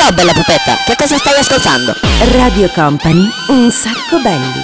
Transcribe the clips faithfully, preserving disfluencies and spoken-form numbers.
Ciao bella pupetta, che cosa stai ascoltando? Radio Company, un sacco belli.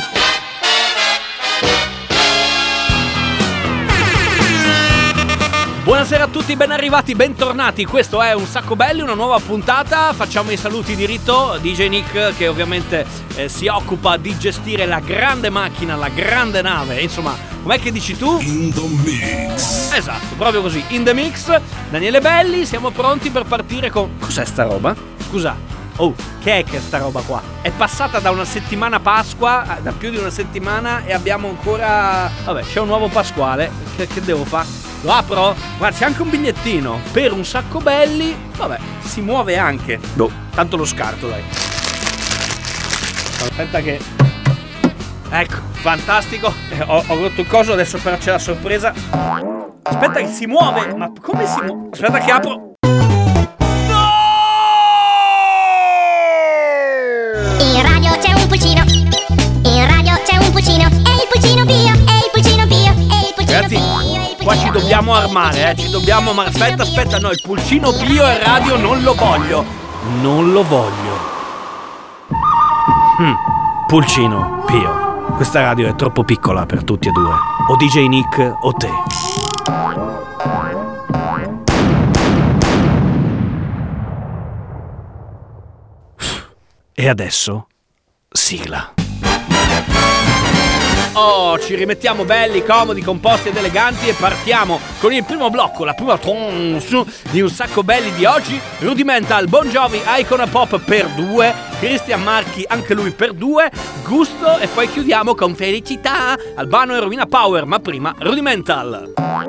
Buonasera a tutti, ben arrivati, bentornati. Questo è Un Sacco Belli, una nuova puntata. Facciamo i saluti di rito. D J Nick che ovviamente eh, si occupa di gestire la grande macchina, la grande nave. Insomma, com'è che dici tu? In the mix. Esatto, proprio così, in the mix. Daniele Belli, siamo pronti per partire con... Cos'è sta roba? Scusa. Oh, che è che sta roba qua? È passata da una settimana Pasqua, da più di una settimana, e abbiamo ancora... Vabbè, c'è un nuovo Pasquale. Che, che devo fare? Lo apro? Guarda, c'è anche un bigliettino per Un Sacco Belli. Vabbè, si muove anche. Boh, tanto lo scarto, dai. Aspetta che... Ecco, fantastico. eh, ho, ho rotto il coso, adesso però c'è la sorpresa. Aspetta che si muove. Ma come si muove? Aspetta che apro. In radio c'è un pulcino, in radio c'è un pulcino, e il pulcino Pio, e il pulcino Pio, e il pulcino Ragazzi, Pio, e il qua ci pulcino dobbiamo armare, eh, ci dobbiamo... Ma aspetta, aspetta, no, il pulcino Pio e radio non lo voglio. Non lo voglio. Hm, pulcino Pio. Questa radio è troppo piccola per tutti e due. O D J Nick o te. E adesso, sigla. Oh, ci rimettiamo belli, comodi, composti ed eleganti e partiamo con il primo blocco, la prima tons di Un Sacco Belli di oggi. Rudimental, Bon Jovi, Icona Pop per due, Cristian Marchi anche lui per due, Gusto, e poi chiudiamo con Felicità, Albano e Romina Power, ma prima Rudimental.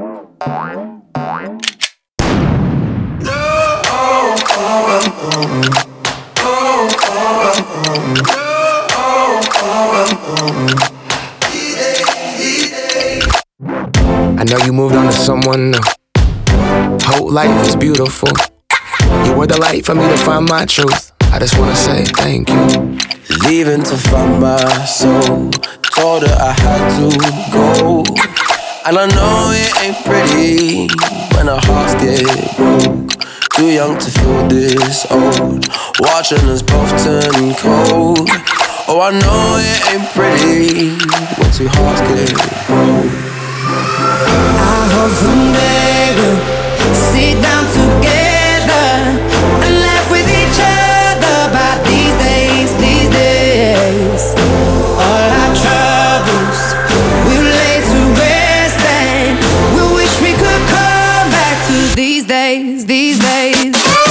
I know you moved on to someone new. Whole life is beautiful. You were the light for me to find my truth. I just wanna say thank you. Leaving to find my soul. Told her I had to go. And I know it ain't pretty when our hearts get broke. Too young to feel this old. Watching us both turn cold. Oh, I know it ain't pretty when two hearts get broke. I hope someday we'll sit down together and laugh with each other about these days, these days. All our troubles we'll lay to rest and we'll wish we could come back to these days, these days.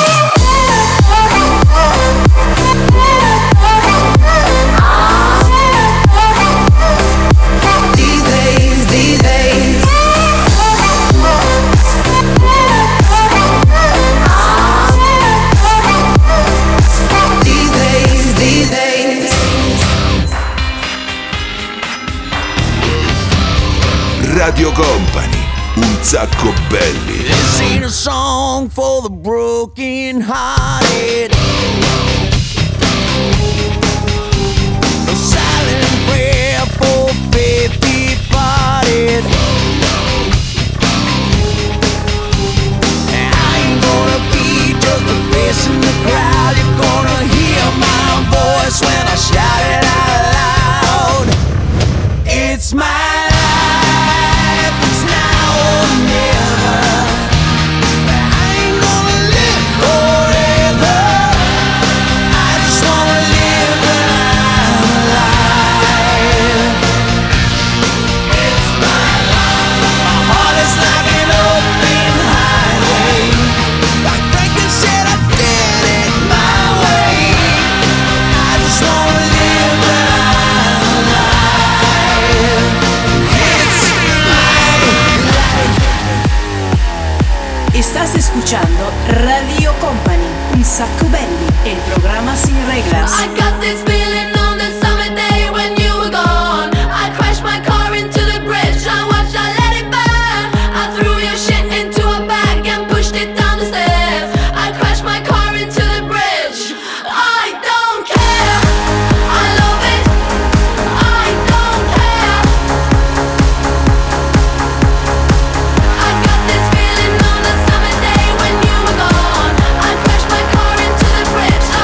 Radio Company, Un Sacco Belli. This ain't a song for the broken hearted. A silent prayer for faith departed. And I ain't gonna be just a face in the crowd. You're gonna hear my voice when I shout it out loud. It's my Estás escuchando Radio Company, Un Sacco Belli, el programa sin reglas. I got this feeling on the summer day when you were gone. I crashed my car into the bridge. I watched, I let it burn. I threw your shit into a bag and pushed it down the stairs. I crashed my car into the bridge. I don't care. I love it. I don't care. I got this feeling on the summer day when you were gone. I crashed my car into the bridge. I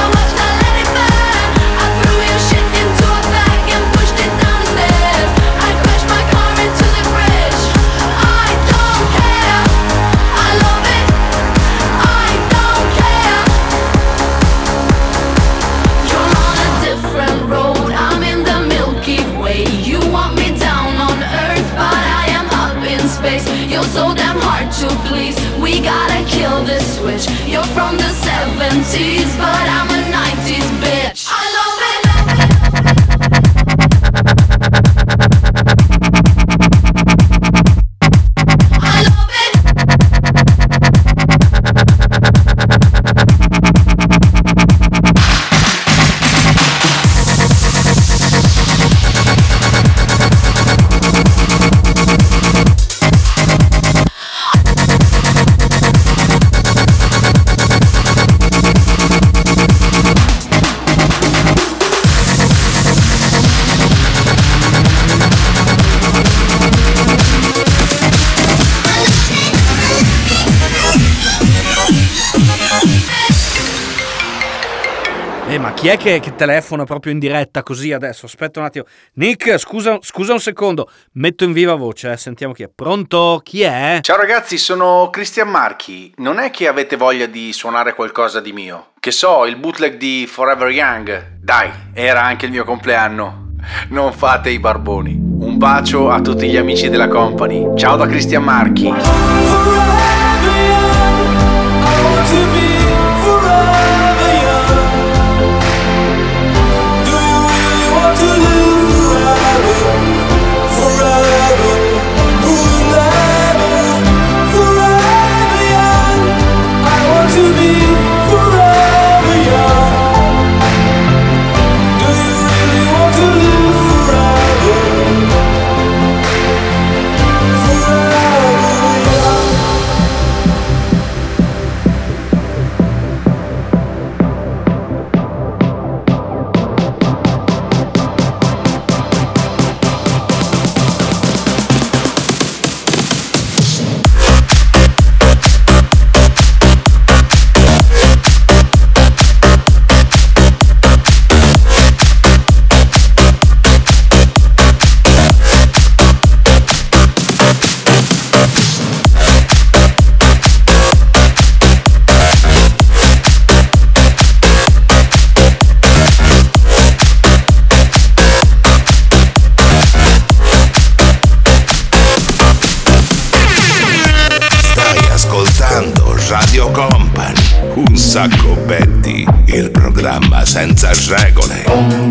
language. You're from the seventies, but I'm a nineties bitch. I love it. I love it. Eh, ma chi è che, che telefona proprio in diretta così adesso? Aspetta un attimo. Nick, scusa, scusa un secondo. Metto in viva voce, eh. Sentiamo chi è. Pronto? Chi è? Ciao ragazzi, sono Christian Marchi. Non è che avete voglia di suonare qualcosa di mio? Che so, il bootleg di Forever Young. Dai, era anche il mio compleanno. Non fate i barboni. Un bacio a tutti gli amici della company. Ciao da Christian Marchi. Radio Company, un sacco Betty, il programma senza regole.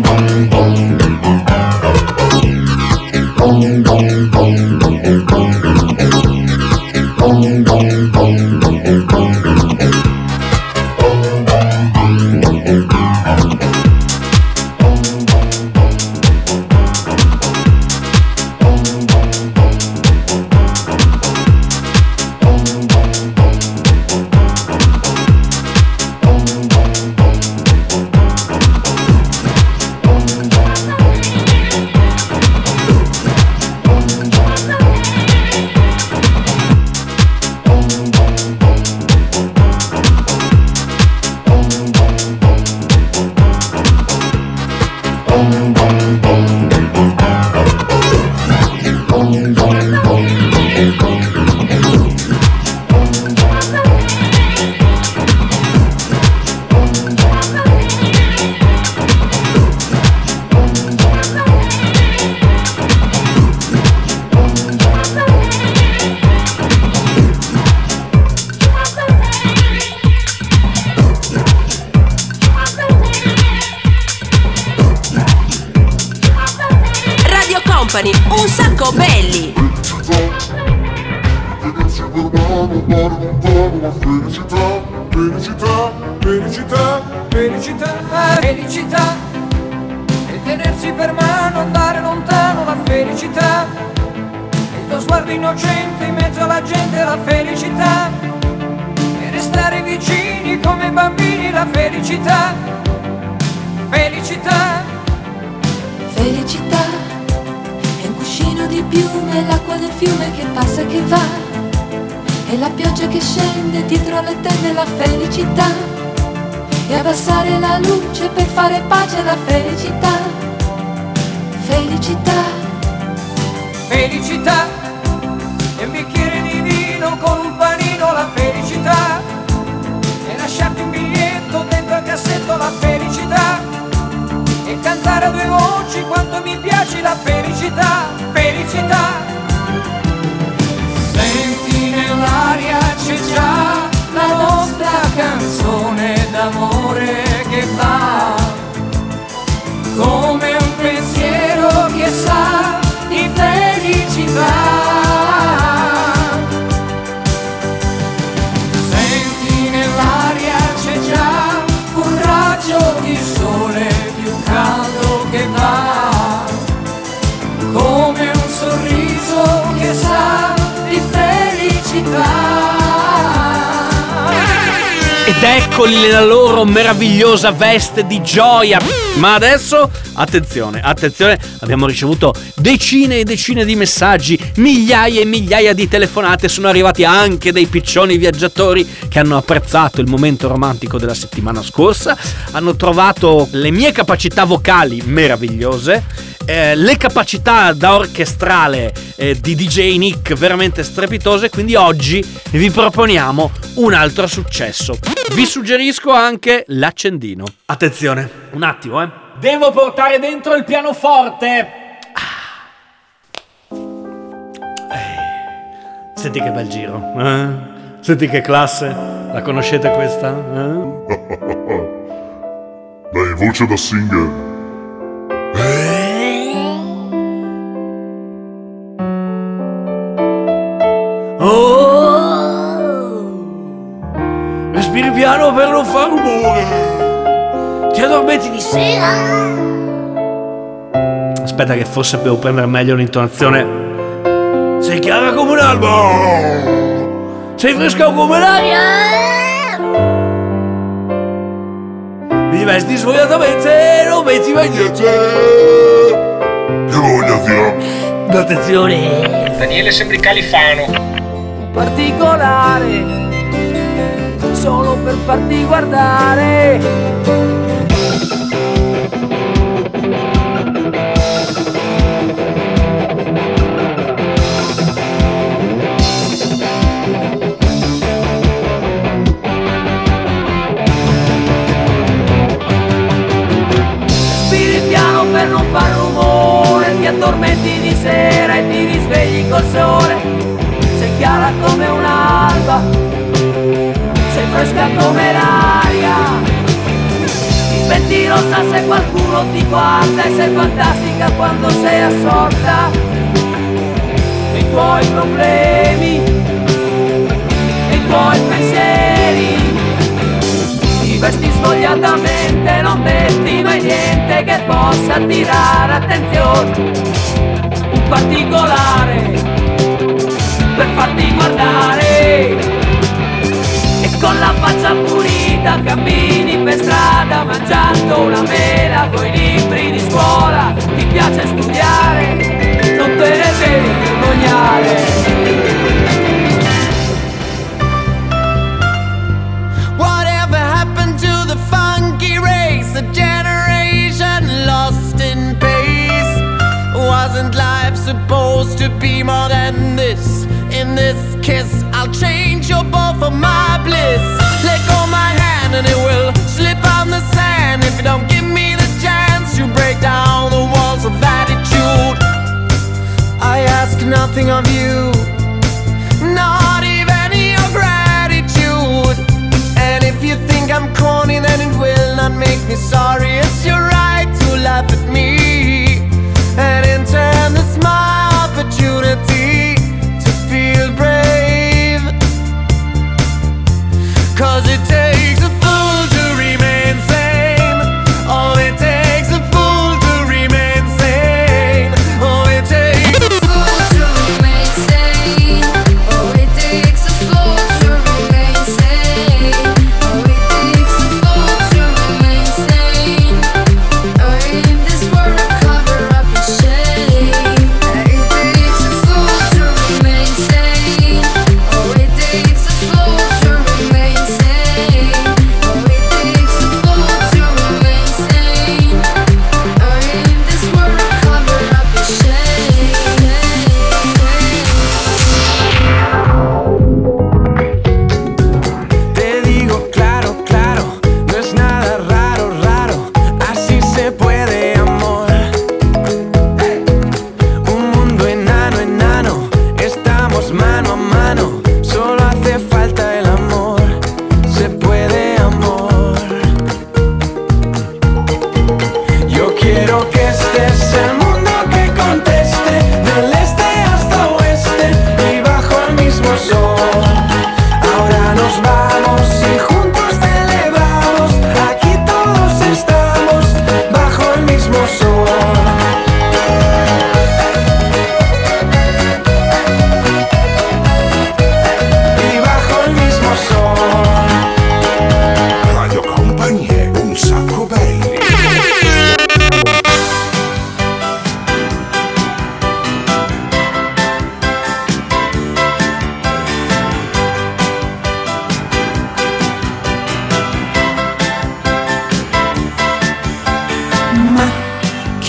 Un sacco belli. Felicità, felicità, felicità, felicità, felicità. E tenersi per mano, andare lontano, la felicità. Il tuo sguardo innocente in mezzo alla gente, la felicità. E restare vicini come bambini, la felicità. Felicità. Felicità. Di piume, l'acqua del fiume che passa e che va, e la pioggia che scende dietro alle tende, la felicità, e abbassare la luce per fare pace alla felicità. Felicità. Felicità. E un bicchiere di vino con un panino, la felicità, e lasciarti un biglietto dentro al cassetto, la felicità, e cantare a due voci quanto mi piace la felicità. Felicità. Senti nell'aria c'è già la nostra Ed eccoli nella loro meravigliosa veste di gioia. Ma adesso, attenzione, attenzione, abbiamo ricevuto decine e decine di messaggi, migliaia e migliaia di telefonate, sono arrivati anche dei piccioni viaggiatori che hanno apprezzato il momento romantico della settimana scorsa, hanno trovato le mie capacità vocali meravigliose, eh, le capacità da orchestrale eh, di D J Nick veramente strepitose, quindi oggi vi proponiamo un altro successo. Vi suggerisco anche l'accendino. Attenzione, un attimo, eh. Devo portare dentro il pianoforte. Ah. Eh. Senti che bel giro, eh? Senti che classe. La conoscete questa? Eh? Dai, voce da singer. Oh! Respiri piano per non far rumore. Ti addormenti di sera. Aspetta che forse devo prendere meglio l'intonazione. Sei chiara come un'alba. Sei fresca come l'aria. Mi vesti svogliatamente, non metti mai niente. Che voglia ti ha. Attenzione. Daniele sembri Califano. Particolare, solo per farti guardare. Respiri piano per non far rumore, ti addormenti di sera e ti risvegli col sole. Sei chiara come un'alba, sei fresca come l'aria. Ti senti rossa se qualcuno ti guarda e sei fantastica quando sei assorta nei tuoi problemi, nei tuoi pensieri. Ti vesti svogliatamente, non metti mai niente che possa attirare attenzione. Un particolare per farti guardare, e con la faccia pulita cammini per strada mangiando una mela coi libri di scuola. Ti piace studiare, non te ne devi vergognare. Whatever happened to the funky race, a generation lost in pace? Wasn't life supposed to be more than this? In this kiss, I'll change your bow for my bliss. Let go my hand and it will slip on the sand. If you don't give me the chance to break down the walls of attitude, I ask nothing of you, not even your gratitude. And if you think I'm corny, then it will not make me sorry. It's your right to laugh at me, and in turn it's my opportunity to feel brave. Cause it takes a fool to remain sane. Oh, it takes a fool to remain sane. Oh, it takes a fool to remain sane. Oh, it takes a fool to remain sane. Oh, it takes a fool to remain sane. Oh, in this world I cover up your shame. It takes a fool to remain sane. Oh, it takes a fool to remain sane.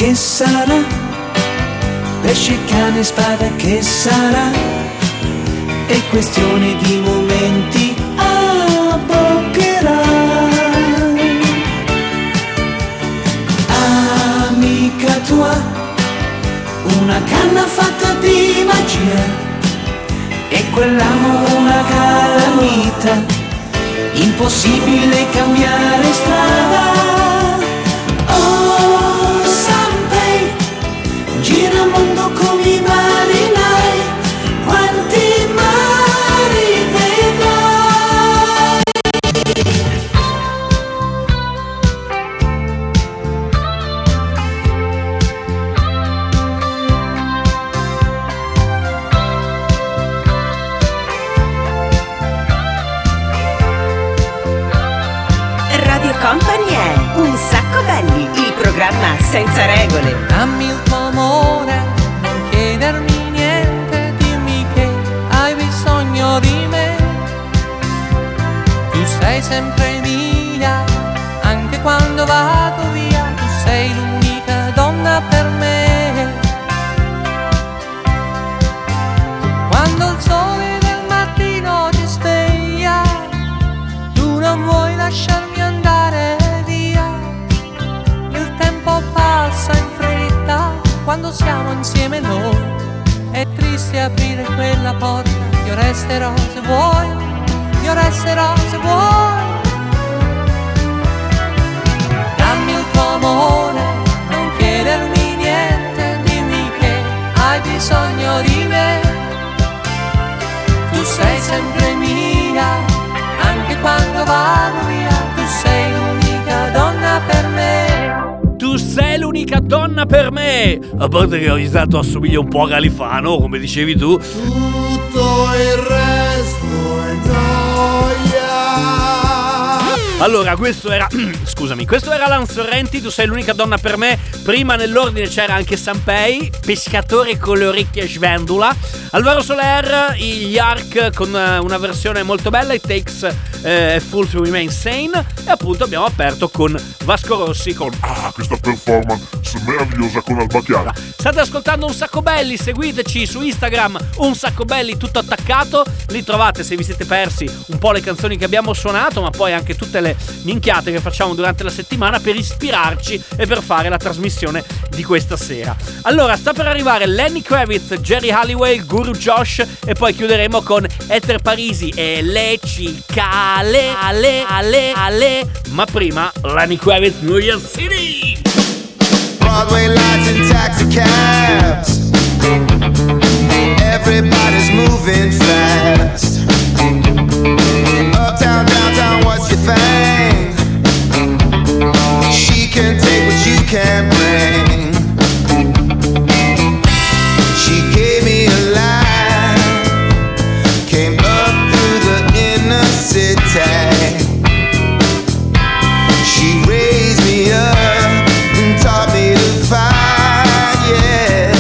che sarà? Pesce, cane, spada, che sarà? È questione di momenti, abboccherà. Amica tua, una canna fatta di magia, e quell'amo una calamita, impossibile cambiare strada. Oh, Sanpei, gira il mondo come i marinai, quanti mari vedrai. Radio Company è Un Sacco Belli, il programma senza regole. Dammi il tuo amore, non chiedermi niente, dimmi che hai bisogno di me. Tu sei sempre mia, anche quando vado via, tu sei l'unica donna per me. Quando il sole del mattino ti sveglia, tu non vuoi lasciarmi andare via. Il tempo passa in fretta quando siamo insieme noi. È triste aprire quella porta, io resterò se vuoi, io resterò se vuoi. Dammi il tuo amore, non chiedermi niente, dimmi che hai bisogno di me. Tu sei sempre mia, anche quando vado via, tu sei l'unica donna per me. Tu sei l'unica donna per me. A parte che ogni tanto assomiglia un po' a Califano, come dicevi tu. Tutto il resto è noia. Allora, questo era scusami, questo era Alan Sorrenti, Tu sei l'unica donna per me. Prima nell'ordine c'era anche Sanpei, Pescatore con le orecchie a svendula. Alvaro Soler, gli Ark con una versione molto bella, It Takes eh, a Fool to Remain Sane. E appunto abbiamo aperto con Vasco Rossi con Ah, questa performance meravigliosa con Alba Chiara. State ascoltando Un Sacco Belli, seguiteci su Instagram Un Sacco Belli tutto attaccato. Lì trovate, se vi siete persi, un po' le canzoni che abbiamo suonato, ma poi anche tutte le minchiate che facciamo durante la settimana per ispirarci e per fare la trasmissione di questa sera. Allora, sta per arrivare Lenny Kravitz, Jerry Halliwell, Guru Josh e poi chiuderemo con Ether Parisi e Leci Cale Ale Ale Ale. Ma prima Lenny Kravitz, New York City. Broadway lights and taxi cabs, everybody's moving fast. Uptown, downtown, what's your thing? She can take what you can bring. She gave me a light, came up through the inner city. She raised me up and taught me to fight, yeah.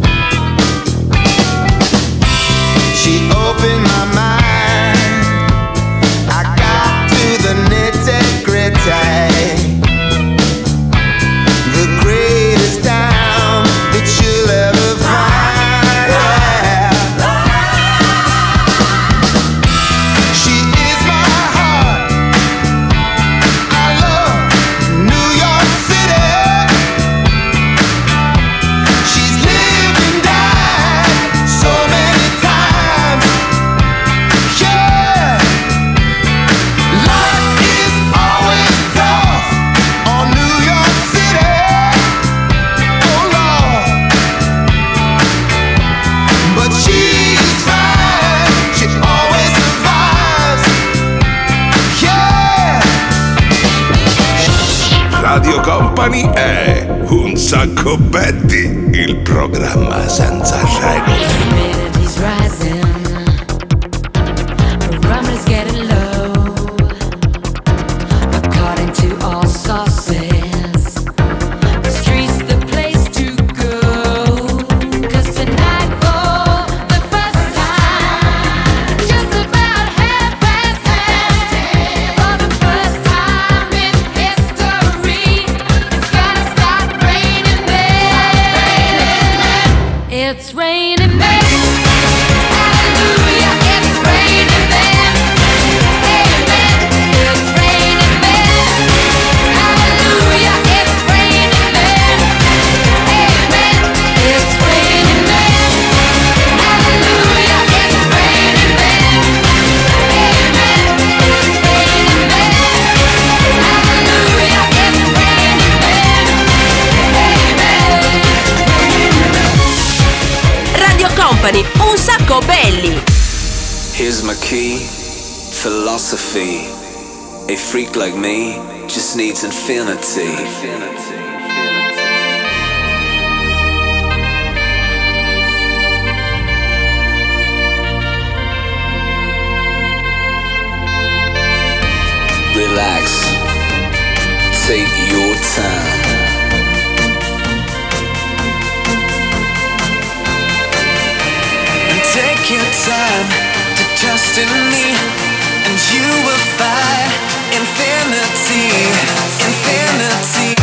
She opened my mind, I got to the nitty-gritty. The greatest town that you'll ever find, yeah. She is my heart, I love New York City. She's lived and died so many times, yeah. Life is always tough on New York City, oh Lord. But she's fine, she always survives, yeah. Radio Company è Un Sacco Belli, il programma senza regole. Humidity's rising, barometer's getting low. According to all sources, the street's the place to go. 'Cause tonight for the first time, just about half past ten, for the first time in history, it's gonna start raining men. Here's my key, philosophy. A freak like me just needs infinity. Relax, take your time. And take your time to trust in me, and you will find infinity, infinity.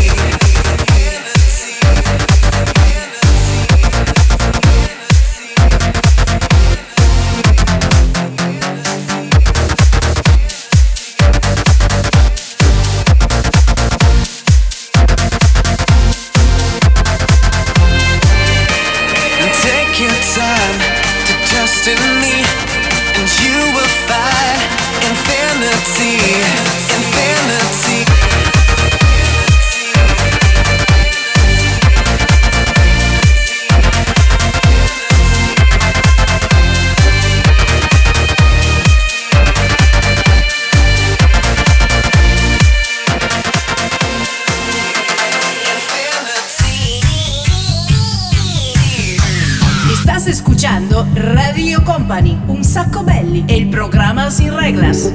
Radio Company, un sacco belli, e il programa sin reglas.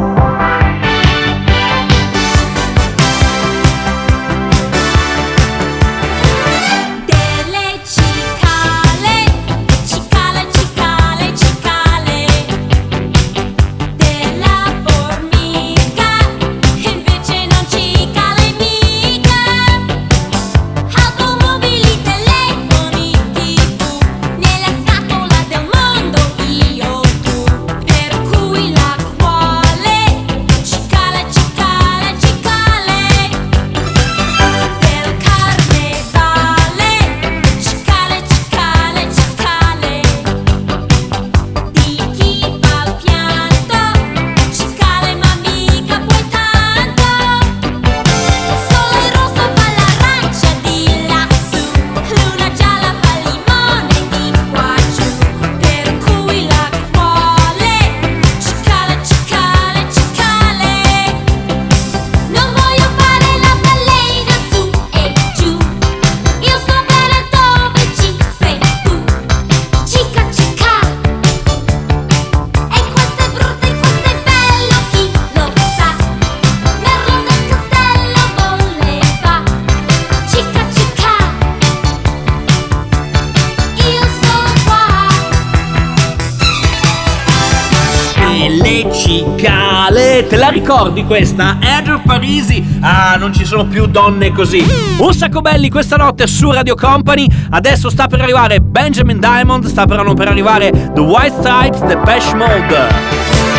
Te la ricordi questa? Andrew Parisi? Ah, non ci sono più donne così. Un sacco belli questa notte su Radio Company. Adesso sta per arrivare Benjamin Diamond, sta per, per arrivare The White Stripes, The Depeche Mode.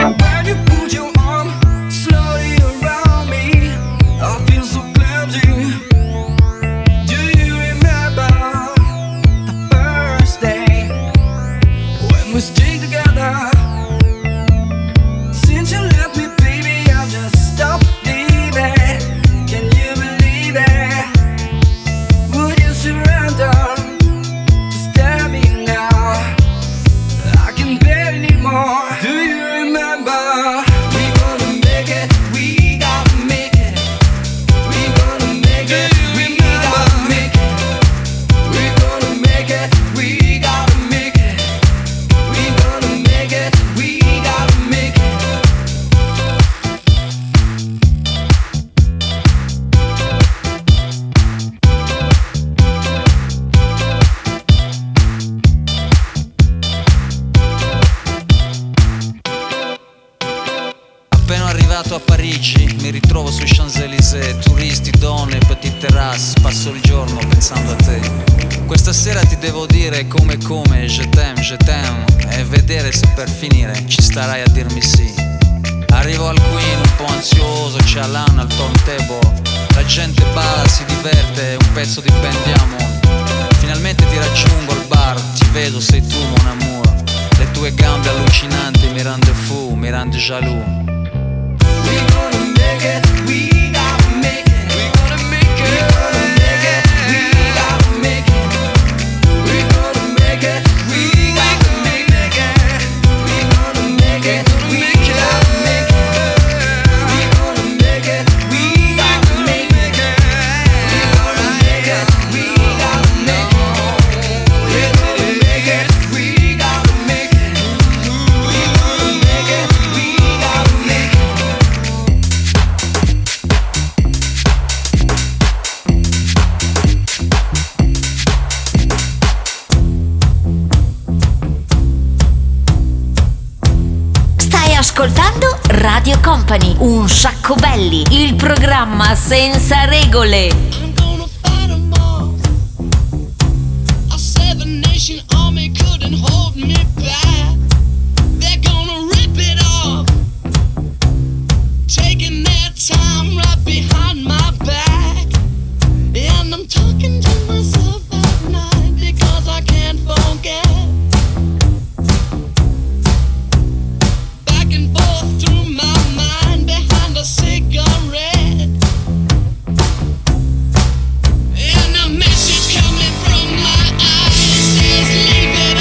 A Parigi, mi ritrovo su Champs-Élysées, turisti, donne, petit terrasse, passo il giorno pensando a te. Questa sera ti devo dire come come, je t'aime, je t'aime, e vedere se per finire ci starai a dirmi sì. Arrivo al Queen un po' ansioso, c'è Alan al turntable, la gente balla, si diverte, un pezzo di Ben Diamond. Finalmente ti raggiungo al bar, ti vedo, sei tu mon amour, le tue gambe allucinanti mi rende fou, mi rende jaloux. We gonna make it, we gotta make it. We gonna make it, we gonna make it, we gotta make it. We gonna make it, we gotta make it. We gonna make it. Company, Un Sacco Belli, il programma senza regole. A seven nation army couldn't hold me back. They're gonna rip it off, taking their time right behind my back. And I'm talking to myself at night because I can't forget. Back and forth through my mind behind a cigarette. And a message coming from my eyes says leave it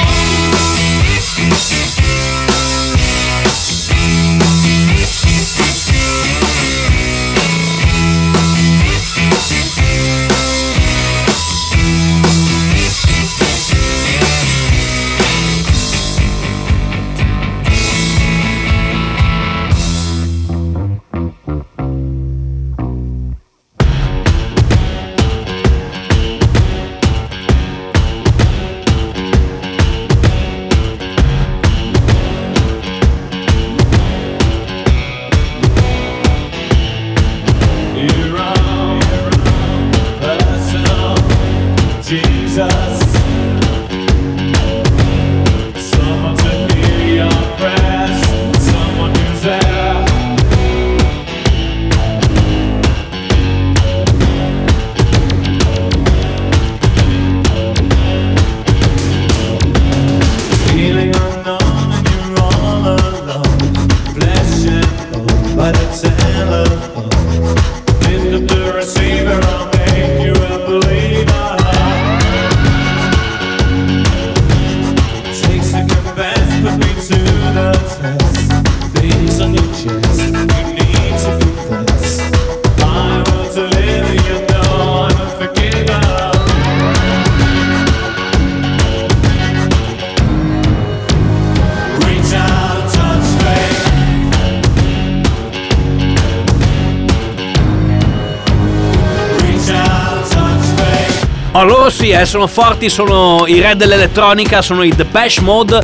Oh, loro sì, eh, sono forti, sono i re dell'elettronica, sono i Depeche Mode.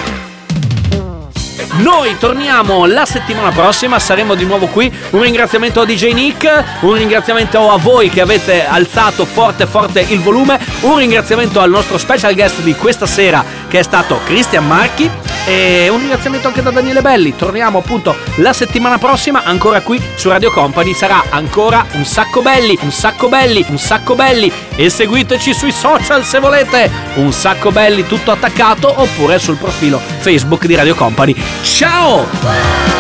Noi torniamo la settimana prossima, saremo di nuovo qui. Un ringraziamento a D J Nick, un ringraziamento a voi che avete alzato forte forte il volume, un ringraziamento al nostro special guest di questa sera che è stato Christian Marchi e un ringraziamento anche da Daniele Belli. Torniamo appunto la settimana prossima ancora qui su Radio Company, sarà ancora un sacco belli, un sacco belli, un sacco belli e seguiteci sui social se volete, un sacco belli tutto attaccato oppure sul profilo Facebook di Radio Company. Ciao!